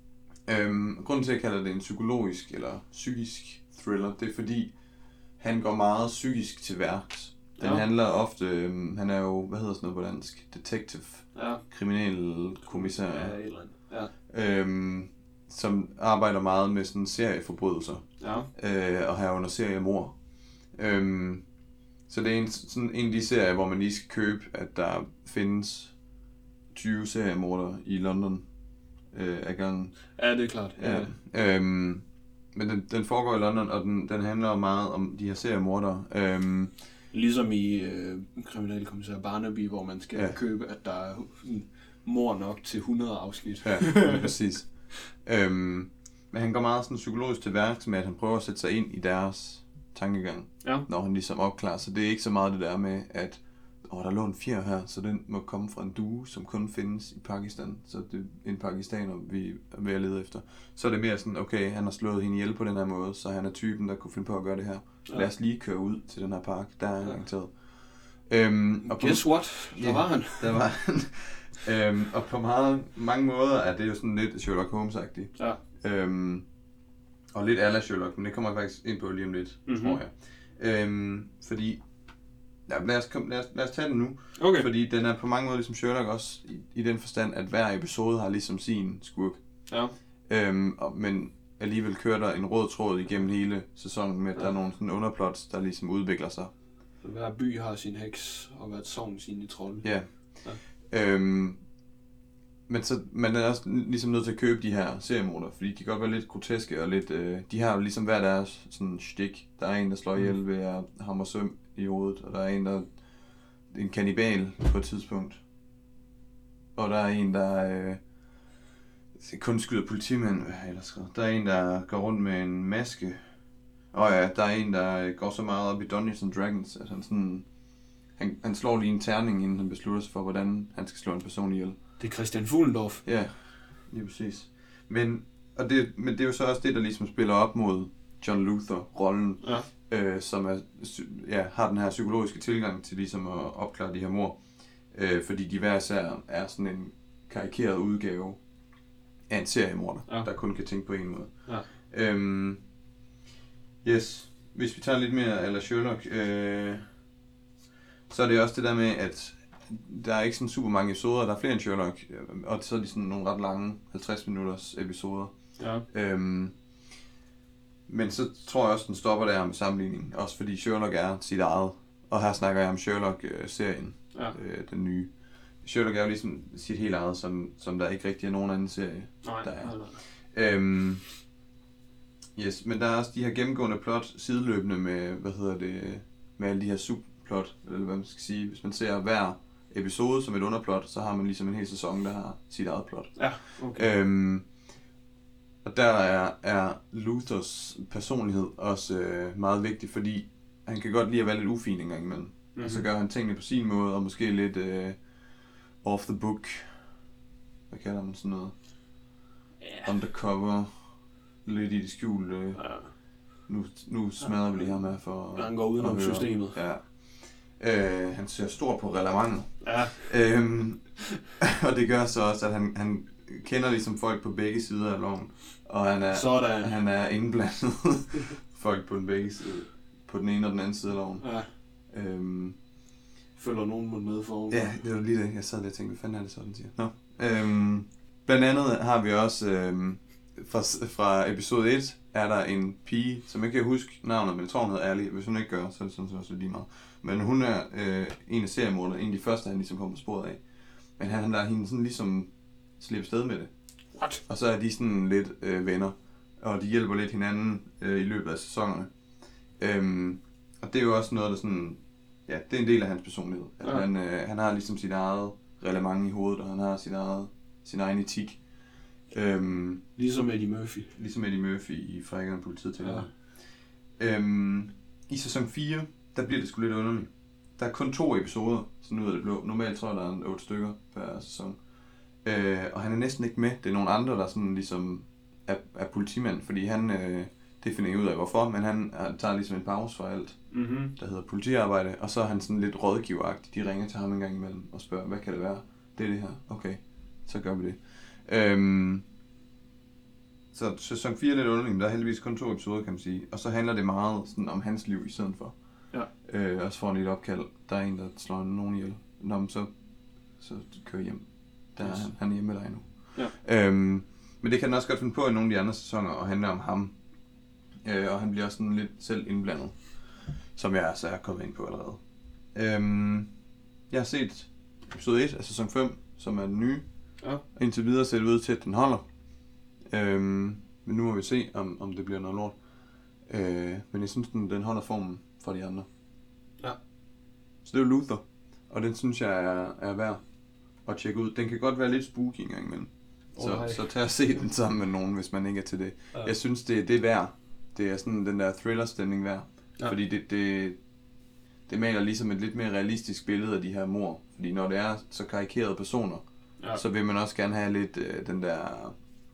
Øhm, grunden til, at jeg kalder det en psykologisk eller psykisk thriller, det er fordi, han går meget psykisk til værks. Den Ja. handler ofte, øhm, han er jo, hvad hedder sådan noget på dansk? Detective, Ja. kriminalkommissær, Ja, et eller andet. Ja. øhm, som arbejder meget med sådan serieforbrydelser, Ja. øh, og herunder seriemord. Øhm, så det er en, sådan en af de serier, hvor man lige skal købe, at der findes tyve seriemordere i London øh, af gangen. Ja, det er klart. Ja. Øhm, men den, den foregår i London, og den, den handler meget om de her seriemordere. Øhm, Ligesom i øh, kriminalkommissær Barnaby, hvor man skal Ja. ja. købe, at der er sådan mor nok til hundrede afsnit. ja, præcis. Øhm, men han går meget sådan psykologisk til værks med, at han prøver at sætte sig ind i deres tankegang, Ja. når han ligesom opklarer. Så det er ikke så meget det der med, at åh, der lå en fjer her, så den må komme fra en due, som kun findes i Pakistan. Så det er en pakistaner, vi er ved at lede efter. Så er det mere sådan, okay, han har slået hende ihjel på den her måde, så han er typen, der kunne finde på at gøre det her. Ja. Lad os lige køre ud til den her park, der er han garanteret. Øhm, og på, Guess what? Der Ja. var han. der var han. øhm, og på meget, mange måder er det jo sådan lidt Sherlock Holmes-agtigt. Ja. Øhm, og lidt a la Sherlock, men det kommer jeg faktisk ind på lige om lidt, Mhm. mm-hmm. tror jeg. Øhm, fordi, ja, lad, os kom, lad, os, lad os tage den nu. Okay. Fordi den er på mange måder ligesom Sherlock også, i, i den forstand, at hver episode har ligesom sin skurk. Ja. Øhm, og, men alligevel kører der en rød tråd igennem hele sæsonen med, at ja. der er nogle sådan underplots, der ligesom udvikler sig. Så hver by har sin heks, og hvert sogn sine trolde. Ja. Ja. Øhm, men så man er også ligesom nødt til at købe de her seriemorder, fordi de kan godt være lidt groteske og lidt, øh, de har jo ligesom hver deres sådan stik. Der er en, der slår ihjel ved at hamre søm i hovedet, og der er en, der en kannibal på et tidspunkt. Og der er en, der øh, kun skyder politimænd, hvad har jeg ellers skrevet? Der er en, der går rundt med en maske. Og ja, der er en, der går så meget op i Dungeons and Dragons, at han sådan, han, han slår lige en terning, inden han beslutter sig for, hvordan han skal slå en person ihjel. Det er Christian Fuglendorf. Ja, lige præcis. Men, og det, men det er jo så også det, der ligesom spiller op mod John Luther-rollen, Ja. øh, som er, ja, har den her psykologiske tilgang til ligesom at opklare de her mord. Øh, fordi de hver især er sådan en karikeret udgave af en seriemorder, Ja. der kun kan tænke på en måde. Ja. Øhm, yes, hvis vi tager lidt mere eller Sherlock, øh, så er det også det der med, at der er ikke sådan super mange episoder, der er flere end Sherlock, og så er de sådan nogle ret lange halvtreds minutters episoder. Ja. Øhm, Men så tror jeg også, den stopper der med sammenligningen. Også fordi Sherlock er sit eget. Og her snakker jeg om Sherlock-serien. Ja. Øh, den nye. Sherlock er jo ligesom sit helt eget, som, som der ikke rigtig er nogen anden serie, Nej, der er. nej, nej. Øhm, yes, men der er også de her gennemgående plot sideløbende med, hvad hedder det, med alle de her subplot, eller hvad man skal sige. Hvis man ser hver episode som et underplot, så har man ligesom en hel sæson, der har sit eget plot. Ja, okay. Øhm, og der er, er Luthers personlighed også øh, meget vigtig, fordi han kan godt lide at være lidt ufin en gang imellem. Mm-hmm. Og så gør han tingene på sin måde, og måske lidt øh, off the book. Hvad kalder man sådan noget? Yeah. Undercover. Lidt i det skjulte. Ja. Nu, nu smadrer vi det her med for... Han går udenom systemet. Ja. Øh, han ser stort på relevanten. Ja. Øhm, og det gør så også, at han, han kender ligesom folk på begge sider af loven. Og han er, Sådan. han er indblandet folk på den begge side. På den ene og den anden side af loven. Ja. Øhm, Følger nogen med for. Ja, det var lige det. Jeg sad der og tænkte, hvad fanden er det sådan, siger. Nå. Øhm, blandt andet har vi også, øhm, fra, fra episode et, er der en pige, som jeg ikke kan huske navnet, men jeg tror hun hedder Ærlig. Hvis hun ikke gør, så er det sådan så lige meget. Men hun er øh, en af seriemorderne, en af de første, han ligesom kommer på sporet af. Men han, han lader hende sådan ligesom slippe sted med det. What? Og så er de sådan lidt øh, venner, og de hjælper lidt hinanden øh, i løbet af sæsonerne. Øhm, og det er jo også noget, der sådan... Ja, det er en del af hans personlighed. At ja. han, øh, han har ligesom sit eget reglement i hovedet, og han har sit eget, sin egen etik. Øhm, ligesom Eddie Murphy. Ligesom Eddie Murphy i Frækkerne politiet til. Ja. Øhm, I sæson fire, der bliver det sgu lidt underligt. Der er kun to episoder, sådan ud af det blå. Normalt tror jeg, der er otte stykker per sæson. Øh, og han er næsten ikke med. Det er nogle andre, der sådan ligesom er, er politimand, fordi han... Øh, det finder jeg ud af hvorfor, men han, han tager ligesom en pause fra alt, mm-hmm. der hedder politiarbejde, og så er han sådan lidt rådgiveragtig. De ringer til ham en gang imellem og spørger, hvad kan det være? Det er det her. Okay, så gør vi det. Øhm, så sæson fire er lidt underlig, men der er heldigvis kun to episoder, kan man sige. Og så handler det meget sådan om hans liv i stedet for. Ja. Øh, også får han et opkald. Der er en, der slår nogen ihjel. Nå, men så, så kører hjem. Der er han, han er hjemme med dig nu. Ja. Øhm, men det kan den også godt finde på i nogle af de andre sæsoner, og handle om ham. Øh, og han bliver også sådan lidt selv indblandet, som jeg altså er kommet ind på allerede. Øhm, jeg har set episode et af sæson fem, som er den nye. Ja. Og indtil videre ser det ud til, at den holder. Øhm, men nu må vi se, om, om det bliver noget lort. Øh, men jeg synes, den, den holder formen for de andre. Ja. Så det er jo Luther, og den synes jeg er, er værd at tjekke ud. Den kan godt være lidt spooky en gang imellem. Så, Oh, så tag at se den sammen med nogen, hvis man ikke er til det. Ja. Jeg synes, det, det er værd. Det er sådan den der thriller-stemning værd. Ja. Fordi det, det, det maler ligesom et lidt mere realistisk billede af de her mord. Fordi når det er så karikerede personer, ja. så vil man også gerne have lidt øh, den der...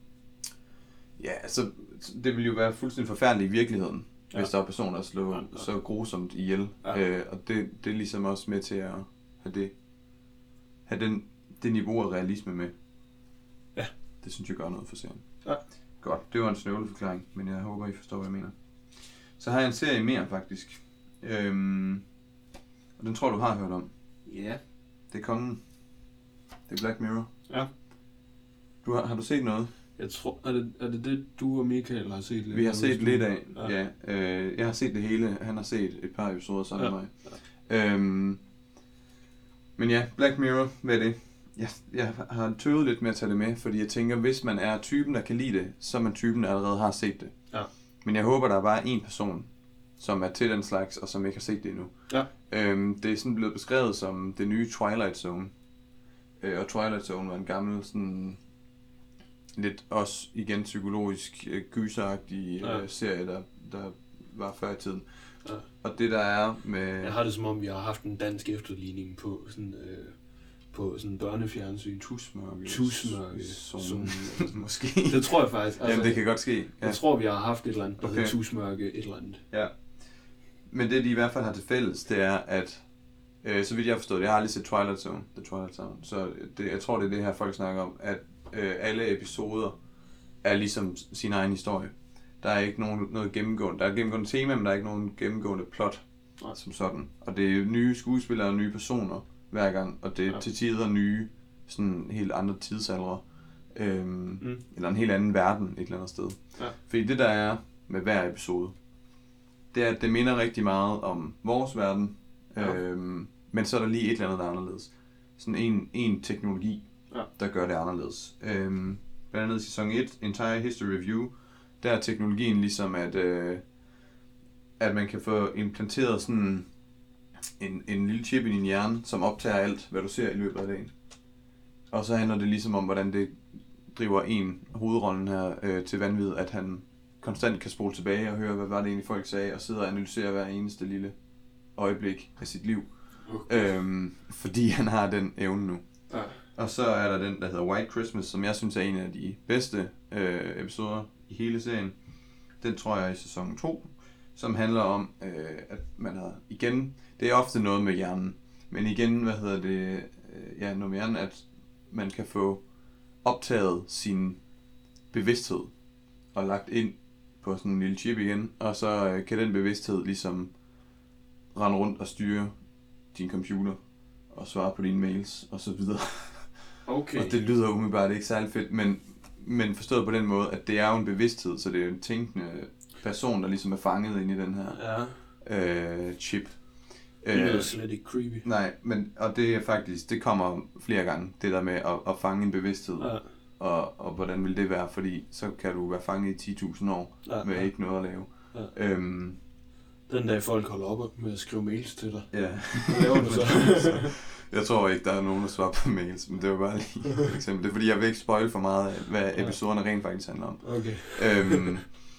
Ja, altså, det vil jo være fuldstændig forfærdeligt i virkeligheden, ja. hvis der er personer, der slår ja, ja. så grusomt ihjel. Ja. Øh, og det, det er ligesom også med til at have det, have den, det niveau af realisme med. Ja. Det synes jeg gør noget for serien. Ja. Godt, det var en snøvleforklaring, men jeg håber, I forstår, hvad jeg mener. Så har jeg en serie mere, faktisk. Øhm, og den tror du har hørt om. Ja. Yeah. Det er Kongen. Det er Black Mirror. Ja. Du har, har du set noget? Jeg tror, er det, er det det, du og Michael har set lidt? Vi har set lidt af, ja. ja. Øh, jeg har set det hele, han har set et par episoder sammen ja. med mig. Ja. Øhm, men ja, Black Mirror, hvad er det? Jeg, jeg har tøvet lidt med at tage det med, fordi jeg tænker, hvis man er typen, der kan lide det, så er man typen, der allerede har set det. Ja. Men jeg håber, der er bare én person, som er til den slags, og som ikke har set det endnu. Ja. Øhm, det er sådan blevet beskrevet som det nye Twilight Zone. Øh, og Twilight Zone var en gammel, sådan lidt også igen psykologisk, øh, gyseragtig ja. øh, serie, der, der var før i tiden. Ja. Og det der er med... Jeg har det som om, vi har haft en dansk efterligning på sådan... Øh på sådan børnefjernsyn. Tusmørke. Tusmørke. Zone. Måske. Det tror jeg faktisk. Altså, jamen, det kan godt ske. Ja. Jeg tror, vi har haft et eller andet, der okay. hedder Tusmørke et eller andet. Ja. Men det, de i hvert fald har til fælles, det er, at øh, så vidt jeg har forstået, jeg har aldrig set Twilight Zone, The Twilight Zone, så det, jeg tror, det er det her, folk snakker om, at øh, alle episoder er ligesom sin egen historie. Der er ikke nogen, noget gennemgående. Der er et gennemgående tema, men der er ikke nogen gennemgående plot Nej. som sådan. Og det er nye skuespillere og nye personer hver gang, og det er ja. til tider nye, sådan helt andre tidsaldre, øhm, mm. eller en helt anden verden et eller andet sted. Ja. Fordi det der er med hver episode, det er, at det minder rigtig meget om vores verden, ja. øhm, men så er der lige et eller andet, der er anderledes. Sådan en, en teknologi, ja. der gør det anderledes. Øhm, blandt andet i sæson et, Entire History Review, der er teknologien ligesom, at, øh, at man kan få implanteret sådan en, en lille chip i din hjerne, som optager alt, hvad du ser i løbet af dagen. Og så handler det ligesom om, hvordan det driver en hovedrollen her øh, til vanvid, at han konstant kan spole tilbage og høre, hvad var det egentlig folk sagde, og sidde og analysere hver eneste lille øjeblik af sit liv. Okay. Øhm, fordi han har den evne nu. Ja. Og så er der den, der hedder White Christmas, som jeg synes er en af de bedste øh, episoder i hele serien. Den tror jeg er i sæson to, som handler om, øh, at man har igen, det er ofte noget med hjernen, men igen, hvad hedder det, øh, ja, noget med hjernen, at man kan få optaget sin bevidsthed og lagt ind på sådan en lille chip igen, og så øh, kan den bevidsthed ligesom rende rundt og styre din computer og svare på dine mails og så videre. Okay. Og det lyder umiddelbart ikke særlig fedt, men, men forstået på den måde, at det er jo en bevidsthed, så det er en tænkende person, der ligesom er fanget ind i den her ja. øh, chip. Det lyder øh, slet ikke creepy. Nej, men, og det er faktisk, det kommer flere gange, det der med at, at fange en bevidsthed. Ja. Og, og hvordan vil det være, fordi så kan du være fanget i ti tusind år ja, med ja. ikke noget at lave. Ja. Øhm, Den dag folk holder op med at skrive mails til dig. Ja. Hvad laver du så? Jeg tror ikke, der er nogen, der svarer på mails, men det var bare lige et eksempel. Det er fordi, jeg vil ikke spoil for meget af, hvad episoderne rent faktisk handler om. Okay. Øhm,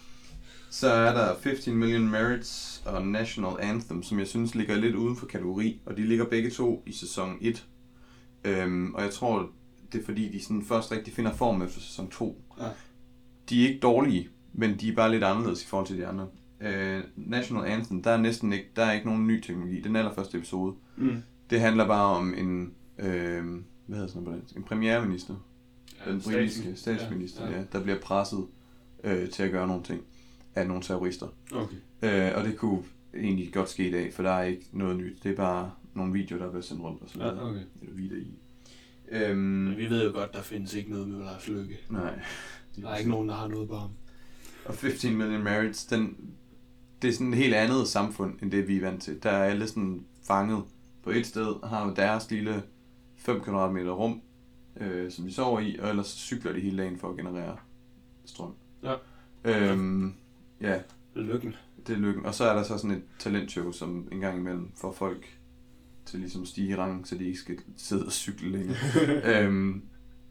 så er der femten million Merits og National Anthem, som jeg synes ligger lidt uden for kategori, og de ligger begge to i sæson et. Øhm, og jeg tror, det er fordi, de sådan først rigtig finder form efter sæson to. Ja. De er ikke dårlige, men de er bare lidt anderledes i forhold til de andre. Uh, National Anthem, der er næsten ikke, der er ikke nogen ny teknologi. Den allerførste episode. Mm. Det handler bare om en, øh, hvad hedder sådan noget på det? En premierminister, ja, den britiske statsminister, ja, ja. Ja, der bliver presset øh, til at gøre nogle ting af nogle terrorister. Okay. Uh, og det kunne egentlig godt ske i dag, for der er ikke noget nyt. Det er bare nogle videoer, der bliver sendt rundt og sådan noget. Ja, okay. Eller video i. Um, Men vi ved jo godt, der findes ikke noget med Lars Løkke. Nej. Der er ikke nogen, der har noget på ham. Og femten million Merits, den det er sådan et helt andet samfund, end det vi er vant til. Der er alle sådan fanget på et sted, har deres lille fem kvadratmeter rum, øh, som de sover i, og ellers cykler de hele dagen for at generere strøm. Ja. Øhm, ja. Det er lykken. Det er lykken. Og så er der så sådan et talentshow, som en gang imellem får folk til ligesom stige i rang, så de ikke skal sidde og cykle længere. øhm,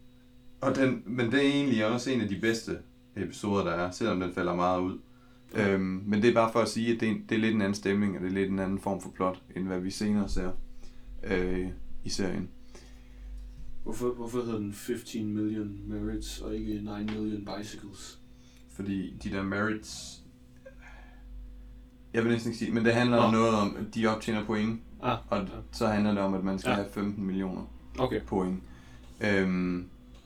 og den, men det er egentlig også en af de bedste episoder, der er, selvom den falder meget ud. Ja. Øhm, men det er bare for at sige, at det er, det er lidt en anden stemning, og det er lidt en anden form for plot, end hvad vi senere ser øh, i serien. Hvorfor, hvorfor hedder den femten million merits og ikke ni million bicycles? Fordi de der merits, jeg vil næsten ikke sige, men det handler om noget om, at de optjener point, ah, og ja. så handler det om, at man skal ja. have femten millioner okay. point. Øhm,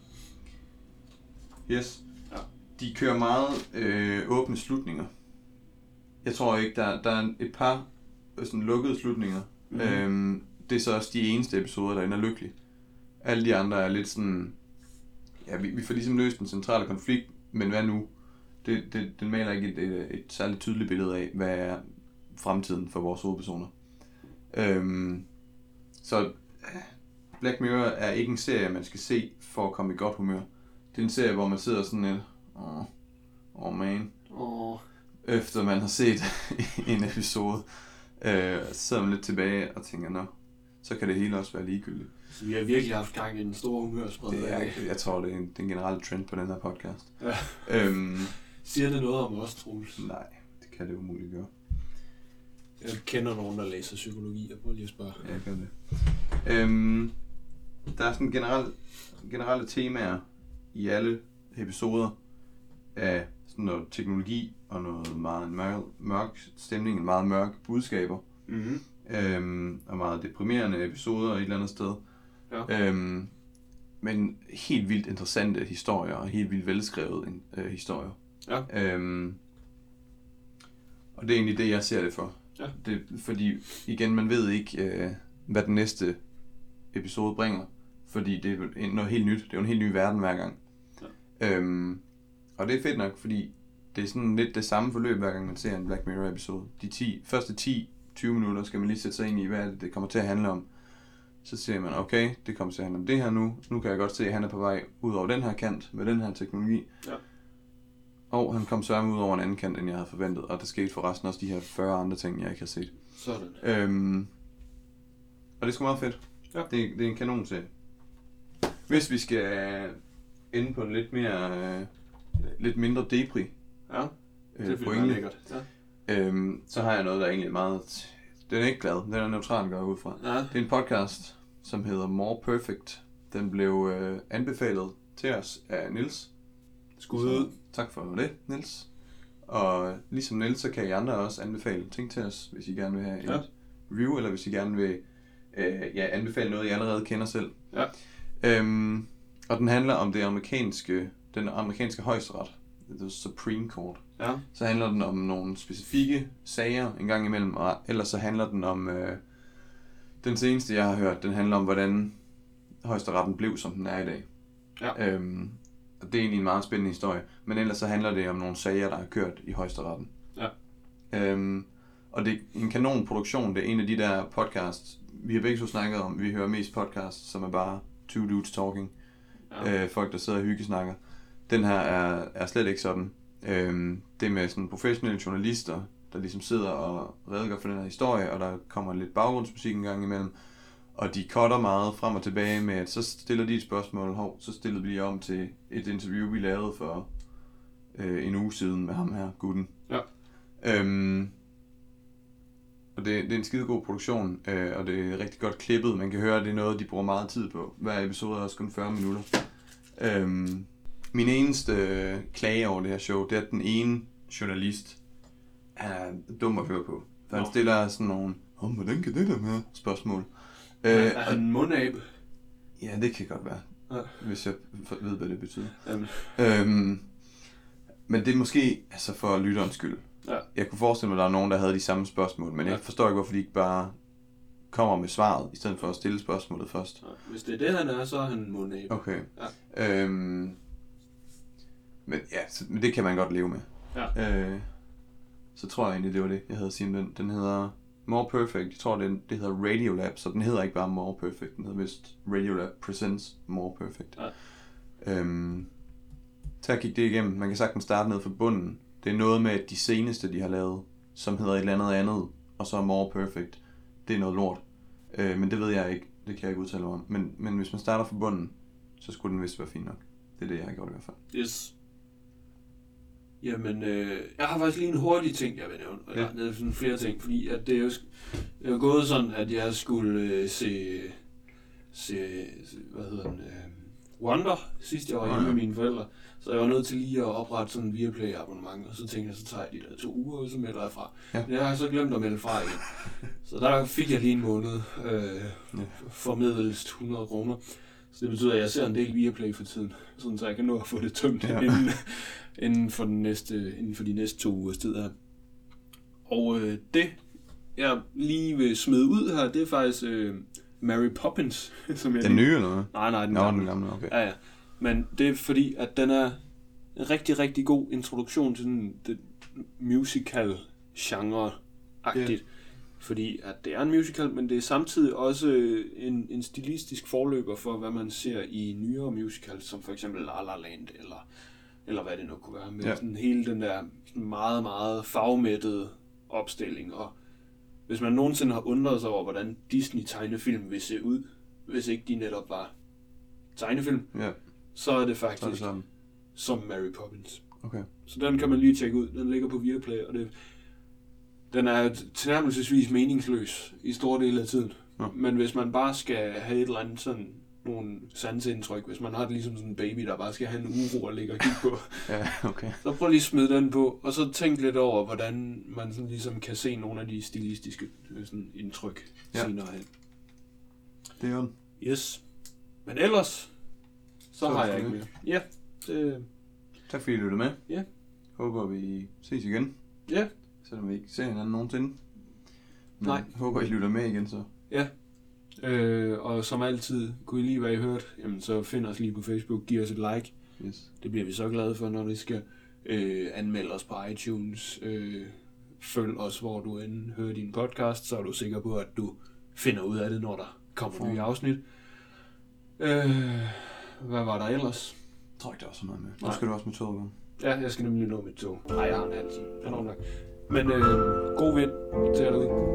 yes. De kører meget øh, åbne slutninger. Jeg tror ikke, der, der er et par sådan lukkede slutninger. Mm-hmm. Øhm, det er så også de eneste episoder, der ender lykkeligt. Alle de andre er lidt sådan... Ja, vi, vi får ligesom løst den centrale konflikt, men hvad nu? Det, det, den maler ikke et, et, et særligt tydeligt billede af, hvad er fremtiden for vores hovedpersoner. Øhm, så Black Mirror er ikke en serie, man skal se for at komme i godt humør. Det er en serie, hvor man sidder sådan lidt... Åh, oh, oh man. Oh. Efter man har set en episode, øh, så sidder man lidt tilbage og tænker, nå, så kan det hele også være ligegyldigt. Så vi har virkelig haft gang i den store humørspredning. Det er, jeg tror, det er en, den generelle trend på den her podcast. Ja. Øhm, Siger det noget om os, Troels? Nej, det kan det umuligt gøre. Jeg kender nogen, der læser psykologi, jeg prøver lige at spørge. Ja, jeg gør det. Øhm, der er sådan generelle, generelle temaer i alle episoder af sådan noget teknologi og noget meget mørk, mørk stemning, en meget mørk budskaber. Mm-hmm. Øhm, og meget deprimerende episoder et eller andet sted. Ja. Øhm, men helt vildt interessante historier og helt vildt velskrevet øh, historier. Ja. Øhm, og det er egentlig det, jeg ser det for. Ja. Det, fordi igen, man ved ikke, øh, hvad den næste episode bringer. Fordi det er noget helt nyt. Det er jo en helt ny verden hver gang. Ja. Øhm, og det er fedt nok, fordi det er sådan lidt det samme forløb, hver gang man ser en Black Mirror episode. De ti, første ti til tyve minutter skal man lige sætte sig ind i, hvad det, det kommer til at handle om. Så siger man, okay, det kommer til at handle om det her nu. Nu kan jeg godt se, at han er på vej ud over den her kant med den her teknologi. Ja. Og han kom sørme ud over en anden kant, end jeg havde forventet. Og der skete forresten også de her fyrre andre ting, jeg ikke har set. Sådan. Øhm, og det er sgu meget fedt. Ja. Det, det er en kanon serie. Hvis vi skal ende på en lidt mere, øh, lidt mindre depri. Ja, det øh, bliver meget lækkert. Ja. Øhm, så har jeg noget, der er egentlig meget... Den er ikke glad, den er neutral, går ud fra. Ja. Det er en podcast, som hedder More Perfect. Den blev øh, anbefalet til os af Niels. Skud ud. Tak for det, Niels. Og ligesom Niels, så kan I andre også anbefale ting til os, hvis I gerne vil have et ja. review, eller hvis I gerne vil øh, ja, anbefale noget, I allerede kender selv. Ja. Øhm, og den handler om det amerikanske, den amerikanske højesteret, The Supreme Court. Ja. Så handler den om nogle specifikke sager en gang imellem, og ellers så handler den om, øh, den seneste jeg har hørt, den handler om, hvordan højesteretten blev, som den er i dag. Ja. Øhm, og det er egentlig en meget spændende historie, men ellers så handler det om nogle sager, der har kørt i højesteretten. Ja. Øhm, og det er en kanonproduktion, det er en af de der podcasts, vi har begge så snakket om, vi hører mest podcasts, som er bare two dudes talking, ja. øh, folk der sidder og hyggesnakker. Den her er, er slet ikke sådan. Øhm, det er med sådan professionelle journalister, der ligesom sidder og redegør for den her historie, og der kommer lidt baggrundsmusik en gang imellem, og de cutter meget frem og tilbage med, at så stiller de et spørgsmål, hov, så stillede vi lige om til et interview, vi lavede for øh, en uge siden med ham her, gutten. Ja. Øhm, og det, det er en skide god produktion, øh, og det er rigtig godt klippet. Man kan høre, at det er noget, de bruger meget tid på. Hver episode er også kun fyrre minutter. Øhm, min eneste øh, klage over det her show, det er, at den ene journalist er dum at høre på. For han stiller sådan nogle, oh, hvordan kan det der med spørgsmål? Øh, er han en mundabe? Ja, det kan godt være, ja. Hvis jeg ved, hvad det betyder. Øhm, men det er måske altså for lytterens skyld. Ja. Jeg kunne forestille mig, at der er nogen, der havde de samme spørgsmål, men ja. Jeg forstår ikke, hvorfor de ikke bare kommer med svaret, i stedet for at stille spørgsmålet først. Ja. Hvis det er det, han er, så er han en mundabe. Okay. Ja. Øhm, men ja, så, men det kan man godt leve med. Ja. Øh, så tror jeg egentlig, det var det, jeg havde sige den. Den hedder More Perfect. Jeg tror, det, det hedder Radiolab, så den hedder ikke bare More Perfect. Den hedder vist Radiolab Presents More Perfect. Ja. Øhm, tag og kig det igennem. Man kan sagtens starte ned fra bunden. Det er noget med, at de seneste, de har lavet, som hedder et eller andet andet, og så More Perfect, det er noget lort. Øh, men det ved jeg ikke. Det kan jeg ikke udtale mig om. Men, men hvis man starter fra bunden, så skulle den vist være fin nok. Det er det, jeg har gjort i hvert fald. Yes. Jamen, øh, jeg har faktisk lige en hurtig ting, jeg vil nævne. Og ja. Jeg har sådan flere ting, fordi at det er jo det er gået sådan, at jeg skulle øh, se, se, hvad hedder den, øh, Wonder sidste jeg var hjemme med mine forældre. Så jeg var nødt til lige at oprette sådan en Viaplay abonnement, og så tænkte jeg, så tager jeg de der to uger, og så melder jeg fra. Ja. Jeg har så glemt at melde fra igen. Så der fik jeg lige en måned, øh, ja. formiddelst hundrede kroner. Så det betyder, at jeg ser en del Viaplay for tiden, sådan så jeg kan nå at få det tømt ja. inden, inden, for den næste, inden for de næste to ugers tid her. Og øh, det, jeg lige vil smide ud her, det er faktisk øh, Mary Poppins. Som jeg den lige... nye eller hvad? Nej, nej, den Nå, gamle. den gamle, okay. Ja, ja. Men det er fordi, at den er en rigtig, rigtig god introduktion til den, den musical-genre-agtigt. Yeah. Fordi at det er en musical, men det er samtidig også en, en stilistisk forløber for, hvad man ser i nyere musicals, som for eksempel La La Land, eller, eller hvad det nu kunne være, med yeah. sådan hele den der meget, meget fagmættede opstilling. Og hvis man nogensinde har undret sig over, hvordan Disney-tegnefilm vil se ud, hvis ikke de netop var tegnefilm, yeah. så er det faktisk er det som Mary Poppins. Okay. Så den kan man lige tjekke ud. Den ligger på Viaplay, og det den er tilnærmelsesvis meningsløs i store dele af tiden. Ja. Men hvis man bare skal have et eller andet sådan nogle sanseindtryk, hvis man har det ligesom sådan en baby, der bare skal have en uro at ligge og kigge på, ja, okay. så prøv lige at smide den på, og så tænk lidt over, hvordan man sådan ligesom kan se nogle af de stilistiske sådan indtryk ja. senere hen. Det er jo. Yes. Men ellers, så, så har jeg ikke mere. Ja. Det... Tak fordi I lyttede med. Ja. Håber vi ses igen. Ja. Selvom vi ikke ser hinanden nogensinde. Men nej. Håber I lytter med igen så. Ja. Øh, og som altid, kunne I lige hvad I hørt, jamen så find os lige på Facebook, giv os et like. Yes. Det bliver vi så glade for, når det skal Øh, anmeld os på iTunes. Øh, følg os, hvor du end hører din podcast, så er du sikker på, at du finder ud af det, når der kommer nye afsnit. Øh, hvad var der ellers? Jeg tror ikke, der var så meget med. Nu skal du også med toget, hva'? Ja, jeg skal nemlig nå mit tog. Nej, jeg har en halv time. Det er nok nok. Men øh, god vind til dig derude.